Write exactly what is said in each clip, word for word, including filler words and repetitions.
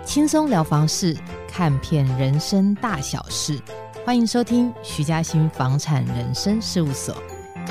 轻松聊房事，看遍人生大小事，欢迎收听徐嘉欣房产人生事务所。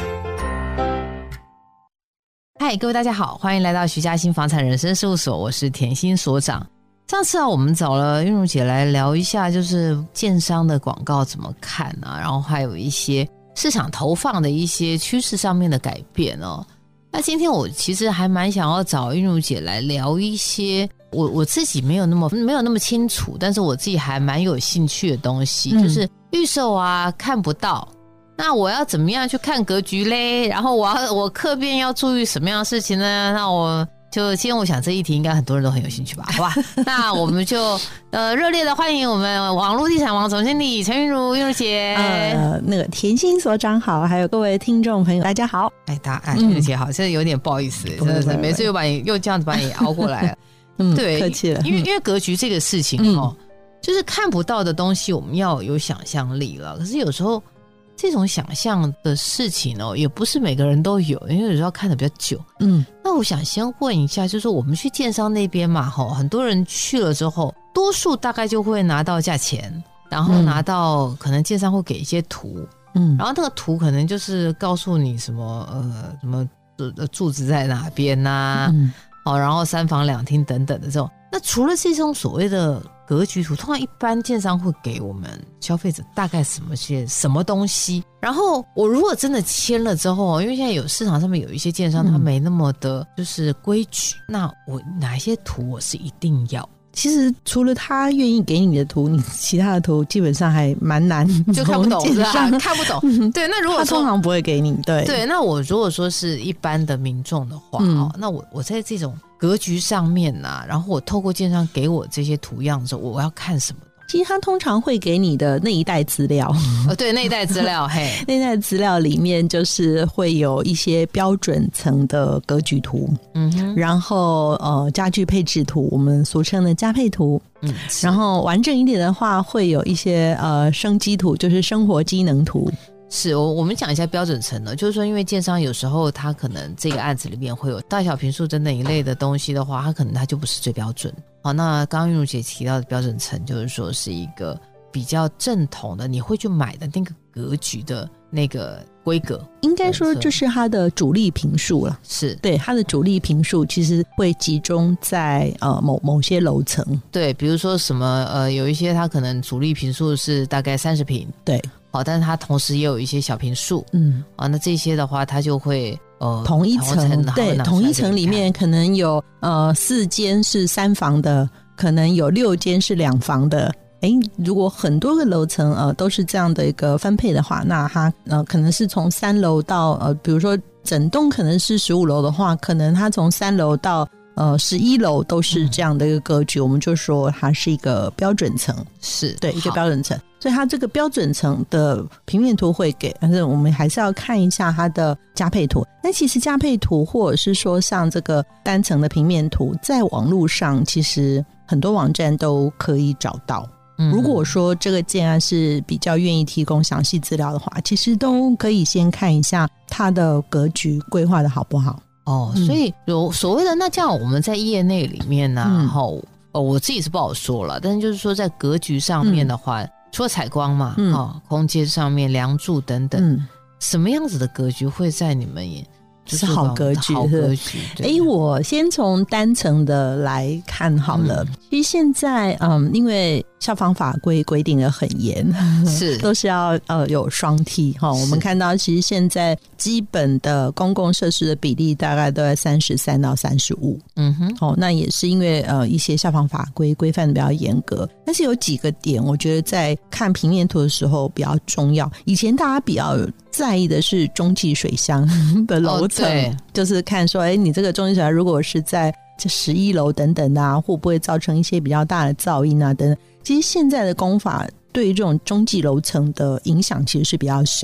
嗨，各位大家好，欢迎来到徐嘉欣房产人生事务所，我是甜心所长。上次啊，我们找了韵如姐来聊一下，就是建商的广告怎么看啊，然后还有一些市场投放的一些趋势上面的改变哦。那今天我其实还蛮想要找韵如姐来聊一些我我自己没有那么没有那么清楚，但是我自己还蛮有兴趣的东西，嗯、就是预售啊看不到，那我要怎么样去看格局嘞？然后我要我客变要注意什么样的事情呢？那我就今天我想这一题应该很多人都很有兴趣吧，好吧？那我们就呃热烈的欢迎我们网络地产王总经理陈韵如韵如姐。 呃，那个甜心所长好，还有各位听众朋友大家好。 哎，大家哎，韵如姐好，现在有点不好意思，真的是每次又把你又这样子把你熬过来了。 嗯， 对， 客气了。 因为因为格局这个事情哦、嗯，就是看不到的东西，我们要有想象力了。可是有时候这种想象的事情哦，也不是每个人都有，因为有时候看得比较久。嗯，那我想先问一下，就是我们去建商那边嘛，哈，很多人去了之后，多数大概就会拿到价钱，然后拿到、嗯、可能建商会给一些图，嗯，然后那个图可能就是告诉你什么呃什么柱子在哪边呐、啊。嗯哦，然后三房两厅等等的这种，那除了这种所谓的格局图，通常一般建商会给我们消费者大概什么些什么东西？然后我如果真的签了之后，因为现在有市场上面有一些建商，他没那么的就是规矩，嗯、那我哪一些图我是一定要？ 其实除了他愿意给你的图，你其他的图基本上还蛮难， 就看不懂是吧？看不懂。对，那如果说他通常不会给你，对对。那我如果说是一般的民众的话，嗯哦、那我我在这种格局上面啊，然后我透过建商给我这些图样的时候，我要看什么？ 其实他通常会给你的那一袋资料， 哦，对，那一袋资料，嘿， 那一袋资料里面就是会有一些标准层的格局图，嗯哼，然后呃家具配置图，我们俗称的家配图，嗯，然后完整一点的话，会有一些呃生机图，就是生活机能图。 是，我我们讲一下标准层呢，就是说，因为建商有时候他可能这个案子里面会有大小坪数等等一类的东西的话，他可能他就不是最标准。好，那刚刚韵如姐提到的标准层，就是说是一个比较正统的，你会去买的那个格局的那个规格， 应该说这是它的主力坪数了。 是， 对，它的主力坪数其实会集中在呃某某些楼层。 对，比如说什么呃，有一些它可能主力坪数是大概三十坪， 对。 好，但是它同时也有一些小坪数，嗯，啊，那这些的话，它就会呃同一层，对，同一层里面可能有呃四间是三房的，可能有六间是两房的。哎，如果很多个楼层呃都是这样的一个分配的话，那它呃可能是从三楼到呃，比如说整栋可能是十五楼的话，可能它从三楼到呃，十一楼都是这样的一个格局、嗯、我们就说它是一个标准层， 是对一个标准层，所以它这个标准层的平面图会给，但是我们还是要看一下它的加配图。那其实加配图或者是说像这个单层的平面图，在网络上其实很多网站都可以找到。嗯、如果说这个建案是比较愿意提供详细资料的话，其实都可以先看一下它的格局规划的好不好。 哦，所以有所谓的那这样我们在业内里面呢、啊，然后、嗯哦、我自己是不好说了，但是就是说在格局上面的话，嗯、除了采光嘛，嗯哦、空间上面梁柱等等、嗯，什么样子的格局会在你们也是好格局？ 好格局。 哎，我先从单层的来看好了。嗯、其实现在，嗯，因为消防法规规定的很严，是都是要呃有双梯哈。我们看到，其实现在基本的公共设施的比例大概都在三十三到三十五。嗯哼，哦，那也是因为呃一些消防法规规范的比较严格，但是有几个点，我觉得在看平面图的时候比较重要。以前大家比较在意的是中继水箱的楼层、哦，就是看说，哎，你这个中继水箱如果是在这十一楼等等啊，会不会造成一些比较大的噪音啊等等。其实现在的工法对于这种中继楼层的影响其实是比较小的。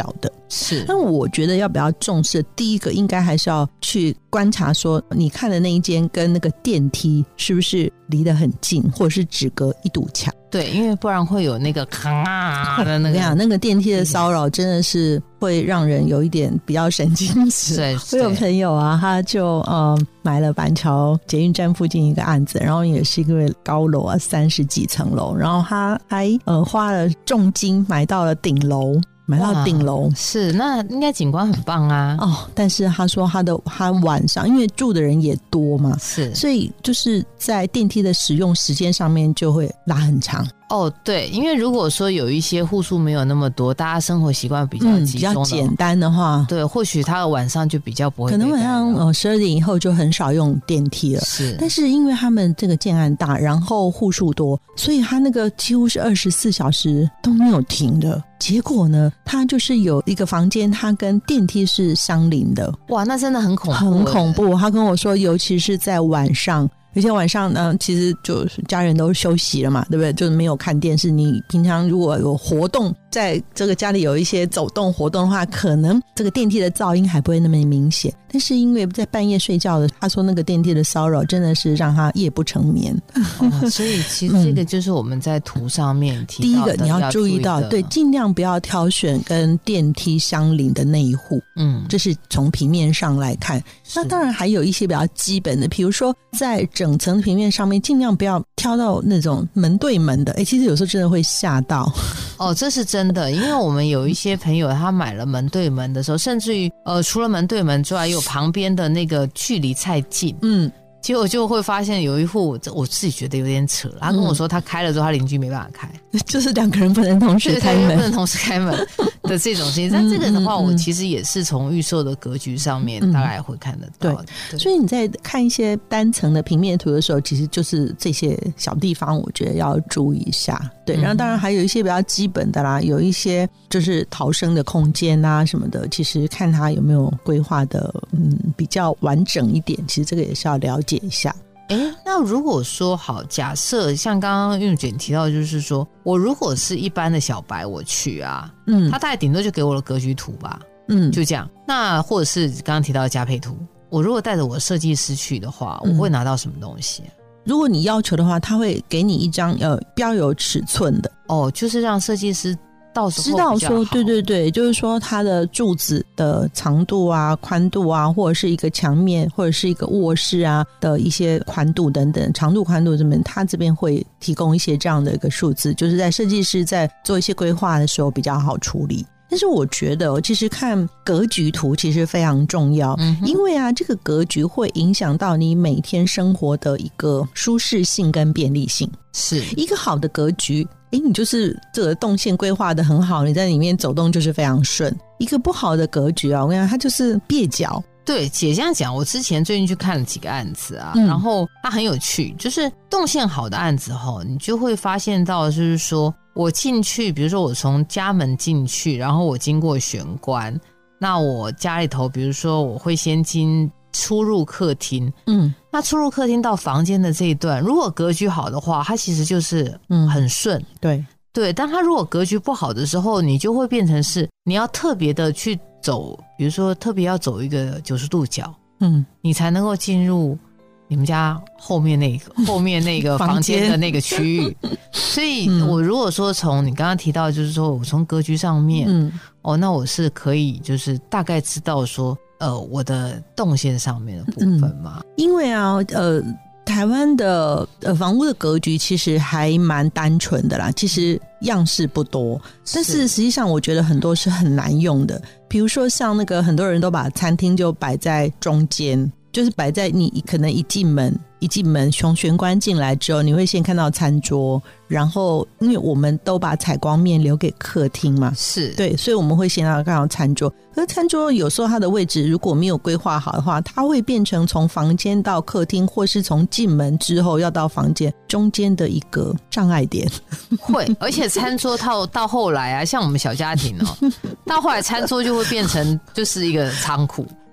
是，但我觉得要不要重视，第一个应该还是要去观察说你看的那一间跟那个电梯是不是离得很近，或者是只隔一堵墙。 对，因为不然会有那个咔的那个那个电梯的骚扰真的是会让人有一点比较神经质。 对， 我有朋友啊，他就呃买了板桥捷运站附近一个案子，然后也是一个高楼啊，三十几层楼，然后他还呃花了重金买到了顶楼。买到顶楼， 是，那应该景观很棒啊。 哦，但是他说他的他晚上因为住的人也多嘛， 是， 所以就是在电梯的使用时间上面就会拉很长。 哦，对，因为如果说有一些户数没有那么多，大家生活习惯比较集中、 嗯、比较简单的话， 对，或许他晚上就比较不会， 可能晚上呃十二点以后就很少用电梯了。 是， 但是因为他们这个建案大，然后户数多，所以他那个几乎是二十四小时都没有停的。结果呢，他就是有一个房间，他跟电梯是相邻的。 哇，那真的很恐怖， 很恐怖。他跟我说，尤其是在晚上。有些晚上呢，其实就是家人都休息了嘛，对不对？就是没有看电视。你平常如果有活动，在这个家里有一些走动活动的话，可能这个电梯的噪音还不会那么明显。但是因为在半夜睡觉的，他说那个电梯的骚扰真的是让他夜不成眠。 哦、所以其实这个就是我们在图上面提到的、 嗯、第一个你要注意到，对，尽量不要挑选跟电梯相邻的那一户。嗯，这是从平面上来看。那当然还有一些比较基本的，比如说在整层平面上面尽量不要挑到那种门对门的。哎，其实有时候真的会吓到。 哦，这是真的，因为我们有一些朋友他买了门对门的时候，甚至于呃除了门对门之外，有旁边的那个距离太近，嗯，结果就会发现有一户我自己觉得有点扯，他跟我说他开了之后他邻居没办法开， 就是两个人不能同时开门， 不能同时开门的这种事情。但这个的话我其实也是从预售的格局上面大概会看得到、嗯、 对，所以你在看一些单层的平面图的时候，其实就是这些小地方我觉得要注意一下。对，然后当然还有一些比较基本的啦，有一些就是逃生的空间啊什么的，其实看它有没有规划的嗯比较完整一点，其实这个也是要了解一下。 诶，那如果说好，假设像刚刚韵姐提到，就是说我如果是一般的小白我去啊，嗯，他大概顶多就给我的格局图吧，嗯，就这样。那或者是刚刚提到的加配图，我如果带着我设计师去的话，我会拿到什么东西、啊？ 如果你要求的话，他会给你一张呃标有尺寸的哦，就是让设计师到时候知道说，对对对，就是说它的柱子的长度啊、宽度啊，或者是一个墙面或者是一个卧室啊的一些宽度等等，长度宽度这边，他这边会提供一些这样的一个数字，就是在设计师在做一些规划的时候比较好处理。但是我觉得其实看格局图其实非常重要、嗯、因为啊这个格局会影响到你每天生活的一个舒适性跟便利性。 是一个好的格局，诶，你就是这个动线规划的很好，你在里面走动就是非常顺。一个不好的格局啊，我跟你讲它就是蹩脚。 对，姐这样讲，我之前最近去看了几个案子啊、嗯、然后它很有趣，就是动线好的案子后你就会发现到就是说我进去，比如说我从家门进去，然后我经过玄关，那我家里头比如说我会先经出入客厅，嗯，那出入客厅到房间的这一段如果格局好的话，它其实就是很顺、嗯、 对对，但它如果格局不好的时候，你就会变成是你要特别的去走，比如说特别要走一个九十度角，嗯，你才能够进入你们家后面那个后面那个房间的那个区域。所以我如果说从你刚刚提到就是说我从格局上面、嗯、哦，那我是可以就是大概知道说呃我的动线上面的部分嘛、嗯、 因为啊呃台湾的呃房屋的格局其实还蛮单纯的啦，其实样式不多，但是实际上我觉得很多是很难用的。比如说像那个很多人都把餐厅就摆在中间，就是摆在你可能一进门一进门从玄关进来之后，你会先看到餐桌，然后因为我们都把采光面留给客厅嘛， 是对，所以我们会先看到餐桌。可是餐桌有时候它的位置如果没有规划好的话，它会变成从房间到客厅，或是从进门之后要到房间中间的一个障碍点。 会，而且餐桌到到后来啊，像我们小家庭哦，到后来餐桌就会变成就是一个仓库。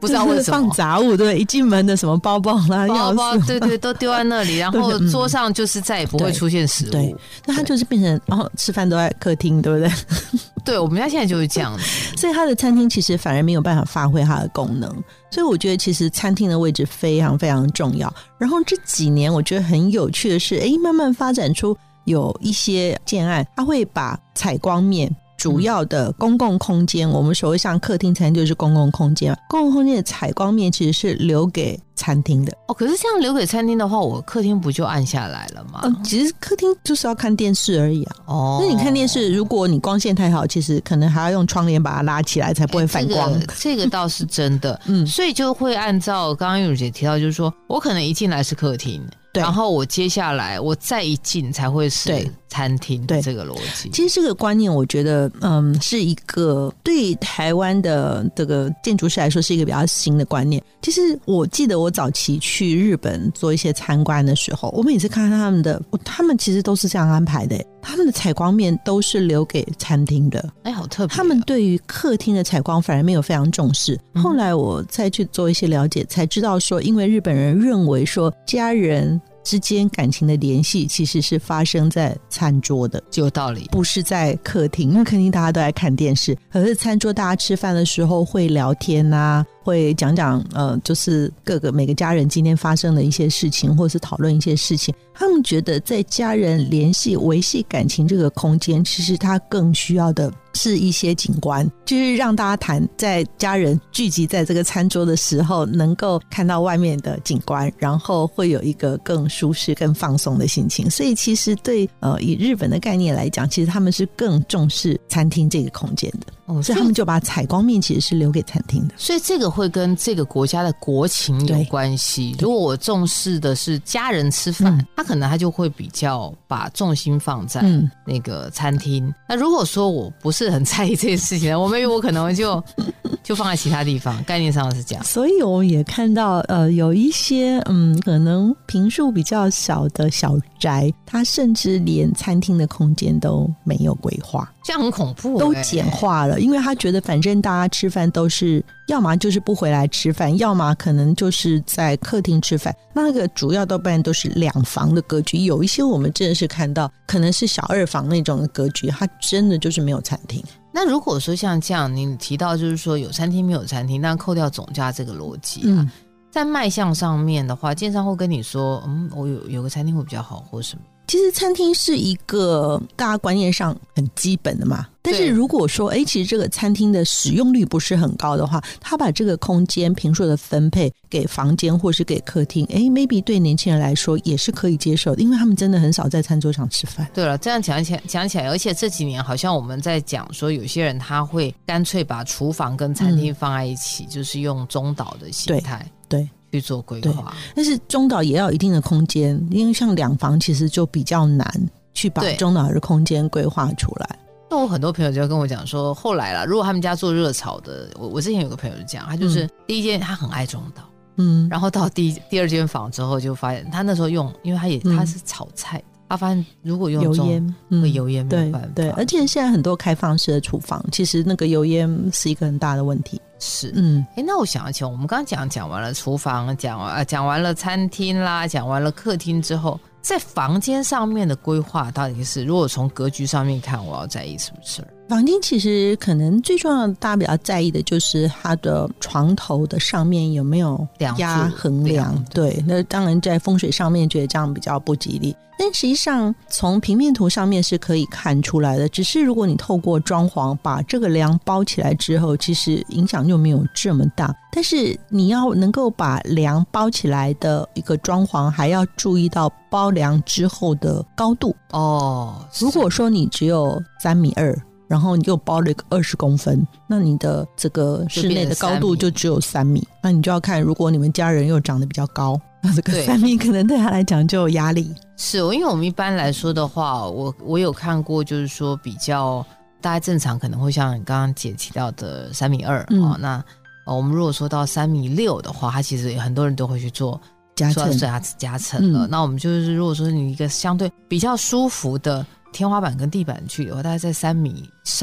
不知道为什么放杂物，对，一进门的什么包包啦、 包包，对对，都丢在那里，然后桌上就是再也不会出现食物。 对，那它就是变成，然后吃饭都在客厅，对不对？ 对，我们家现在就是这样子， 所以它的餐厅其实反而没有办法发挥它的功能。所以我觉得其实餐厅的位置非常非常重要。然后这几年我觉得很有趣的是，哎，慢慢发展出有一些建案，它会把采光面主要的公共空间、嗯、我们所谓像客厅餐就是公共空间，公共空间的采光面其实是留给餐厅的。 哦，可是这样留给餐厅的话，我客厅不就暗下来了吗？ 呃、其实客厅就是要看电视而已啊。哦，那你看电视，如果你光线太好，其实可能还要用窗帘把它拉起来，才不会反光。欸、 这个这个倒是真的，嗯，所以就会按照刚刚玉茹姐提到，就是说我可能一进来是客厅。然后我接下来我再一进才会是餐厅的这个逻辑。 其实这个观念我觉得嗯是一个对台湾的这个建筑师来说是一个比较新的观念。其实我记得我早期去日本做一些参观的时候，我们也是看他们的，他们其实都是这样安排的，他们的采光面都是留给餐厅的。 哎，好特别、啊、 他们对于客厅的采光反而没有非常重视、嗯、后来我再去做一些了解才知道说，因为日本人认为说家人之间感情的联系其实是发生在餐桌的， 有道理， 不是在客厅，因为客厅大家都在看电视，可是餐桌大家吃饭的时候会聊天啊，会讲讲呃，就是各个每个家人今天发生的一些事情，或是讨论一些事情。他们觉得在家人联系维系感情这个空间，其实他更需要的是一些景观，就是让大家谈在家人聚集在这个餐桌的时候能够看到外面的景观，然后会有一个更舒适更放松的心情。所以其实对呃以日本的概念来讲，其实他们是更重视餐厅这个空间的、哦、所以他们就把采光面其实是留给餐厅的。 所以这个会跟这个国家的国情有关系。如果我重视的是家人吃饭、嗯、他可能他就会比较把重心放在那个餐厅、嗯、那如果说我不是很在意这件事情，我maybe我可能就就放在其他地方，概念上是这样。 所以我们也看到呃有一些嗯可能坪数比较小的小宅，它甚至连餐厅的空间都没有规划， 这样很恐怖、欸、 都简化了。因为他觉得反正大家吃饭都是要么就是不回来吃饭，要么可能就是在客厅吃饭，那个主要多半都是两房的格局。有一些我们真的是看到可能是小二房那种的格局，它真的就是没有餐厅。 那如果说像这样你提到就是说有餐厅没有餐厅，但扣掉总价这个逻辑啊、嗯，在卖相上面的话，建商会跟你说嗯，我有有个餐厅会比较好或什么。 其实餐厅是一个大家观念上很基本的嘛，但是如果说哎，其实这个餐厅的使用率不是很高的话，他把这个空间坪数的分配给房间或是给客厅，哎 maybe 对年轻人来说也是可以接受的，因为他们真的很少在餐桌上吃饭。 对了，这样讲起来讲起来，而且这几年好像我们在讲说有些人他会干脆把厨房跟餐厅放在一起、嗯、就是用中岛的形态。对对，去做规划， 但是中岛也要有一定的空间，因为像两房其实就比较难去把中岛的空间规划出来。 那我很多朋友就跟我讲说，后来啦，如果他们家做热炒的，我我之前有个朋友就这样，他就是第一间他很爱中岛，嗯，然后到第第二间房之后就发现他那时候用，因为他也、嗯、他是炒菜的，他发现如果用中油烟、嗯、会油烟没有办法。 对对，而且现在很多开放式的厨房，其实那个油烟是一个很大的问题。 是，嗯，哎，那我想起我们刚刚讲讲完了厨房，讲完、呃、讲完了餐厅啦，讲完了客厅之后，在房间上面的规划到底是，如果从格局上面看，我要在意什么事儿？ 房间其实可能最重要的，大家比较在意的就是它的床头的上面有没有压横梁。对，那当然在风水上面觉得这样比较不吉利，但实际上从平面图上面是可以看出来的，只是如果你透过装潢把这个梁包起来之后，其实影响就没有这么大。但是你要能够把梁包起来的一个装潢，还要注意到包梁之后的高度哦。如果说你只有三米二，然后你就包了一个二十公分，那你的这个室内的高度就只有三米，那你就要看如果你们家人又长得比较高，那这个三米可能对他来讲就有压力。 是，因为我们一般来说的话，我我有看过就是说比较大概正常可能会像你刚刚姐提到的三米二、嗯哦、那、哦、我们如果说到三米六的话，它其实很多人都会去做加层加层了、嗯、那我们就是如果说你一个相对比较舒服的天花板跟地板距离的话，大概在三米上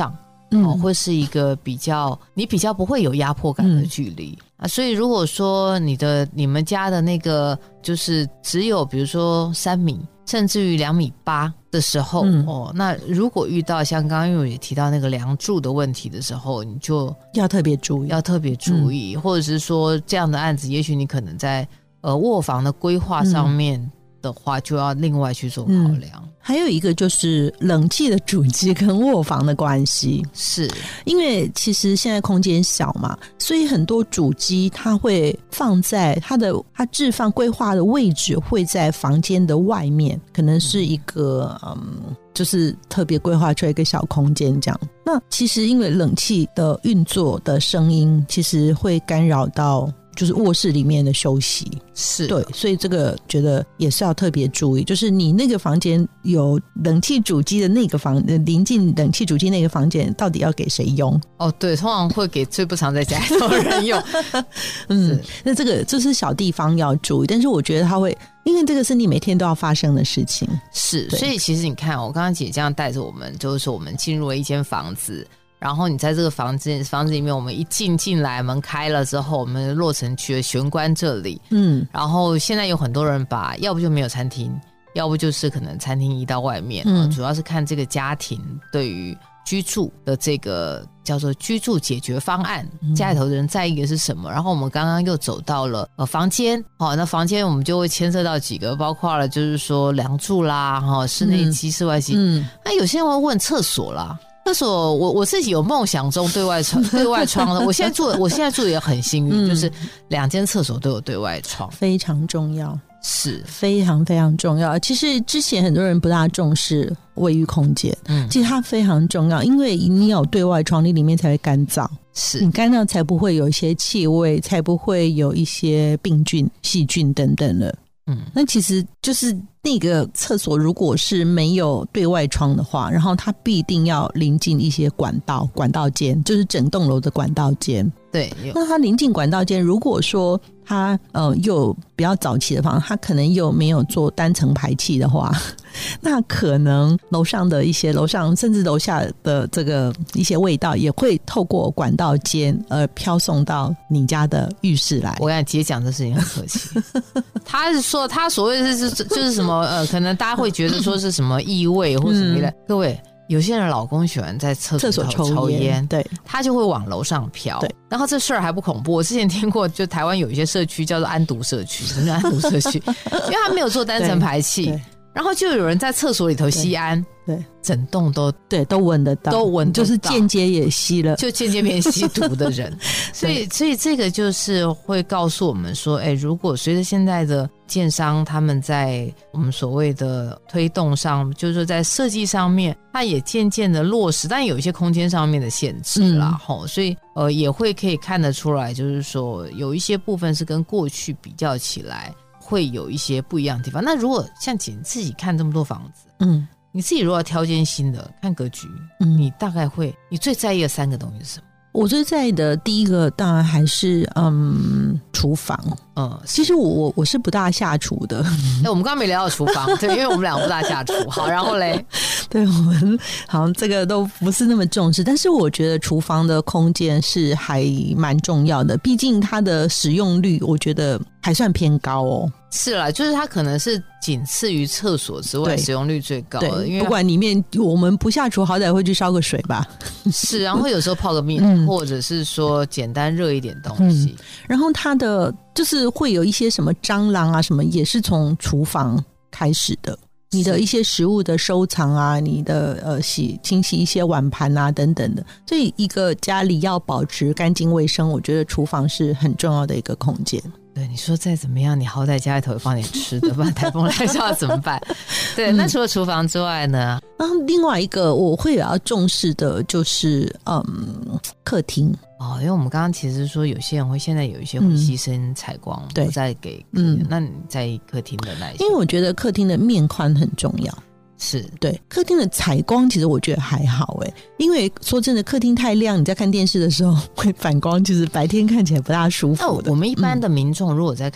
嗯哦、会是一个比较你比较不会有压迫感的距离、嗯、啊。所以如果说你的你们家的那个就是只有比如说三米甚至于两米八的时候、嗯、哦，那如果遇到像刚刚因为我也提到那个梁柱的问题的时候，你就要特别注意， 要特别注意、嗯，或者是说这样的案子，也许你可能在呃卧房的规划上面的话，就要另外去做考量。嗯， 还有一个就是冷气的主机跟卧房的关系， 是因为其实现在空间小嘛，所以很多主机它会放在它的它置放规划的位置会在房间的外面，可能是一个 嗯, 嗯就是特别规划出来一个小空间这样。那其实因为冷气的运作的声音其实会干扰到就是卧室里面的休息， 是对，所以这个觉得也是要特别注意，就是你那个房间有冷气主机的那个房临近冷气主机那个房间到底要给谁用？ 哦，对，通常会给最不常在家里的人用。 嗯，那这个这是小地方要注意，但是我觉得它会，因为这个是你每天都要发生的事情， 是，所以其实你看，我刚刚姐这样带着我们，就是说我们进入了一间房子。然后你在这个房子房子里面，我们一进进来，门开了之后，我们落成区的玄关这里，嗯，然后现在有很多人把要不就没有餐厅，要不就是可能餐厅移到外面，嗯，主要是看这个家庭对于居住的这个叫做居住解决方案，嗯，家里头的人在意的是什么。然后我们刚刚又走到了呃房间，好，那房间我们就会牵涉到几个，包括了就是说梁柱啦，哈，室内机、室外机，嗯，那有些人会问厕所啦。厕所我我自己有梦想中对外窗对外窗的，我现在住我现在住也很幸运，嗯，就是两间厕所都有对外窗， 非常重要， 是非常非常重要。其实之前很多人不大重视卫浴空间，嗯，其实它非常重要，因为你有对外窗，你里面才会干燥， 是你干燥才不会有一些气味，才不会有一些病菌、细菌等等的。嗯，那其实就是那个厕所如果是没有对外窗的话，然后它必定要临近一些管道管道间，就是整栋楼的管道间。 对， 那它临近管道间，如果说它呃又比较早期的房，它可能又没有做单层排气的话，那可能楼上的一些楼上甚至楼下的这个一些味道也会透过管道间而飘送到你家的浴室来。 我跟你姐讲这事情很可惜，他是说他所谓的是就是什么呃，可能大家会觉得说是什么异味或什么的，嗯，各位。有些人老公喜欢在厕所抽烟，抽烟对， 他就会往楼上飘。对，然后这事儿还不恐怖。我之前听过，就台湾有一些社区叫做安毒社区，什么叫安毒社区？因为他没有做单层排气，然后就有人在厕所里头吸安， 对，对整栋都对都闻得到， 都闻得到， 就是间接也吸了， 就间接变吸毒的人。所以，所以这个就是会告诉我们说，哎，如果随着现在的建商他们在我们所谓的推动上，就是说在设计上面，它也渐渐的落实，但有一些空间上面的限制啦，嗯，所以呃也会可以看得出来，就是说有一些部分是跟过去比较起来会有一些不一样的地方。那如果像姐自己看这么多房子，嗯，你自己如果要挑间新的看格局，嗯，你大概会你最在意的三个东西是什么？ 我最在意的第一个当然还是嗯厨房。嗯，其实我我我是不大下厨的。 哎，我们刚刚没聊到厨房，对，因为我们两个不大下厨。好，然后嘞， 对，我们好像这个都不是那么重视，但是我觉得厨房的空间是还蛮重要的，毕竟它的使用率我觉得还算偏高哦。 是啦，就是它可能是仅次于厕所之外使用率最高的，因为不管里面我们不下厨，好歹会去烧个水吧。 是，然后有时候泡个面，嗯，或者是说简单热一点东西，嗯， 然后它的就是会有一些什么蟑螂啊什么，也是从厨房开始的。你的一些食物的收藏啊，你的呃洗清洗一些碗盘啊等等的，所以一个家里要保持干净卫生，我觉得厨房是很重要的一个空间。 对，你说再怎么样，你好歹家里头放点吃的，不然台风来就要怎么办？对，那除了厨房之外呢？ 然后另外一个我会比较重视的就是嗯客厅。 哦，因为我们刚刚其实说有些人会现在有一些会牺牲采光，对，不再给，嗯，那你在客厅的那一些， 因为我觉得客厅的面宽很重要。 是， 对，客厅的采光其实我觉得还好耶，因为说真的客厅太亮，你在看电视的时候会反光，就是白天看起来不大舒服的。 那我们一般的民众如果在看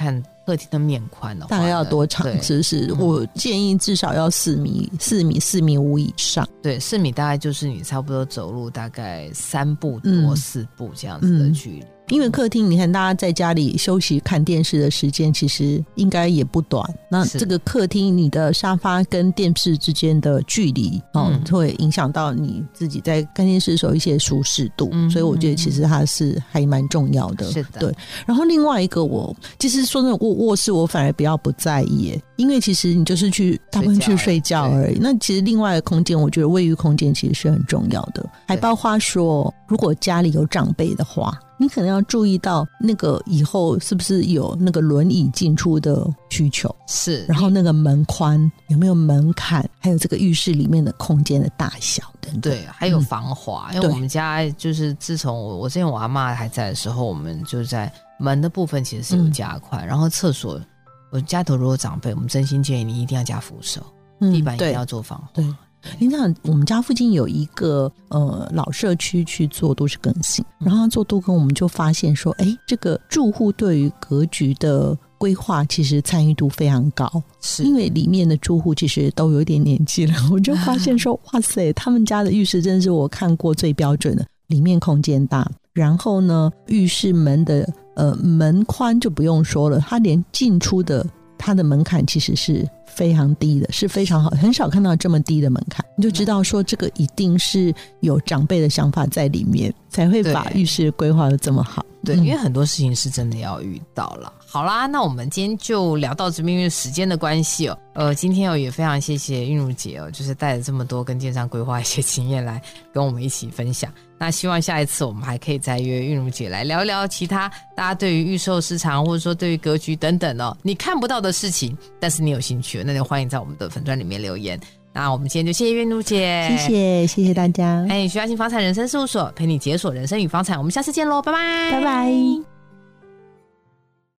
客厅的面宽的话， 大概要多长？是不是、嗯？我建议至少要四米、四米、四米五以上。 对，四米大概就是你差不多走路大概三步多、四步这样子的距离。嗯嗯因为客厅你看大家在家里休息看电视的时间其实应该也不短，那这个客厅你的沙发跟电视之间的距离、哦嗯、会影响到你自己在看电视的时候一些舒适度、嗯、所以我觉得其实它是还蛮重要的。 是的， 对。然后另外一个我其实说真的卧卧室我反而比较不在意耶，因为其实你就是去大部分去睡觉而已，那其实另外的空间我觉得卫浴空间其实是很重要的，还包括说如果家里有长辈的话，你可能要注意到那个以后是不是有那个轮椅进出的需求， 是， 然后那个门宽有没有门槛，还有这个浴室里面的空间的大小等等。 对，还有防滑、嗯、因为我们家就是自从我我之前我阿嬷还在的时候，我们就在门的部分其实是有加宽、嗯、然后厕所我家头如果长辈，我们真心建议你一定要加扶手、嗯、地板一定要做防滑。 对，你知道我们家附近有一个呃老社区去做都市更新，然后做都更我们就发现说，哎，这个住户对于格局的规划其实参与度非常高，是因为里面的住户其实都有一点年纪了，我就发现说哇塞，他们家的浴室真是我看过最标准的，里面空间大，然后呢浴室门的呃门宽就不用说了，它连进出的它的门槛其实是非常低的，是非常好，很少看到这么低的门槛，你就知道说这个一定是有长辈的想法在里面，才会把浴室规划的这么好。 对、嗯，因为很多事情是真的要遇到了。好啦，那我们今天就聊到这边，因为时间的关系哦，呃，今天哦也非常谢谢韵如姐哦，就是带着这么多跟建商规划一些经验来跟我们一起分享。那希望下一次我们还可以再约韵如姐来聊一聊其他大家对于预售市场或者说对于格局等等哦，你看不到的事情，但是你有兴趣，那就欢迎在我们的粉专里面留言。那我们今天就谢谢韵如姐， 谢谢谢谢大家。 哎，徐嘉欣房产人生事务所陪你解锁人生与房产，我们下次见喽，拜拜， 拜拜。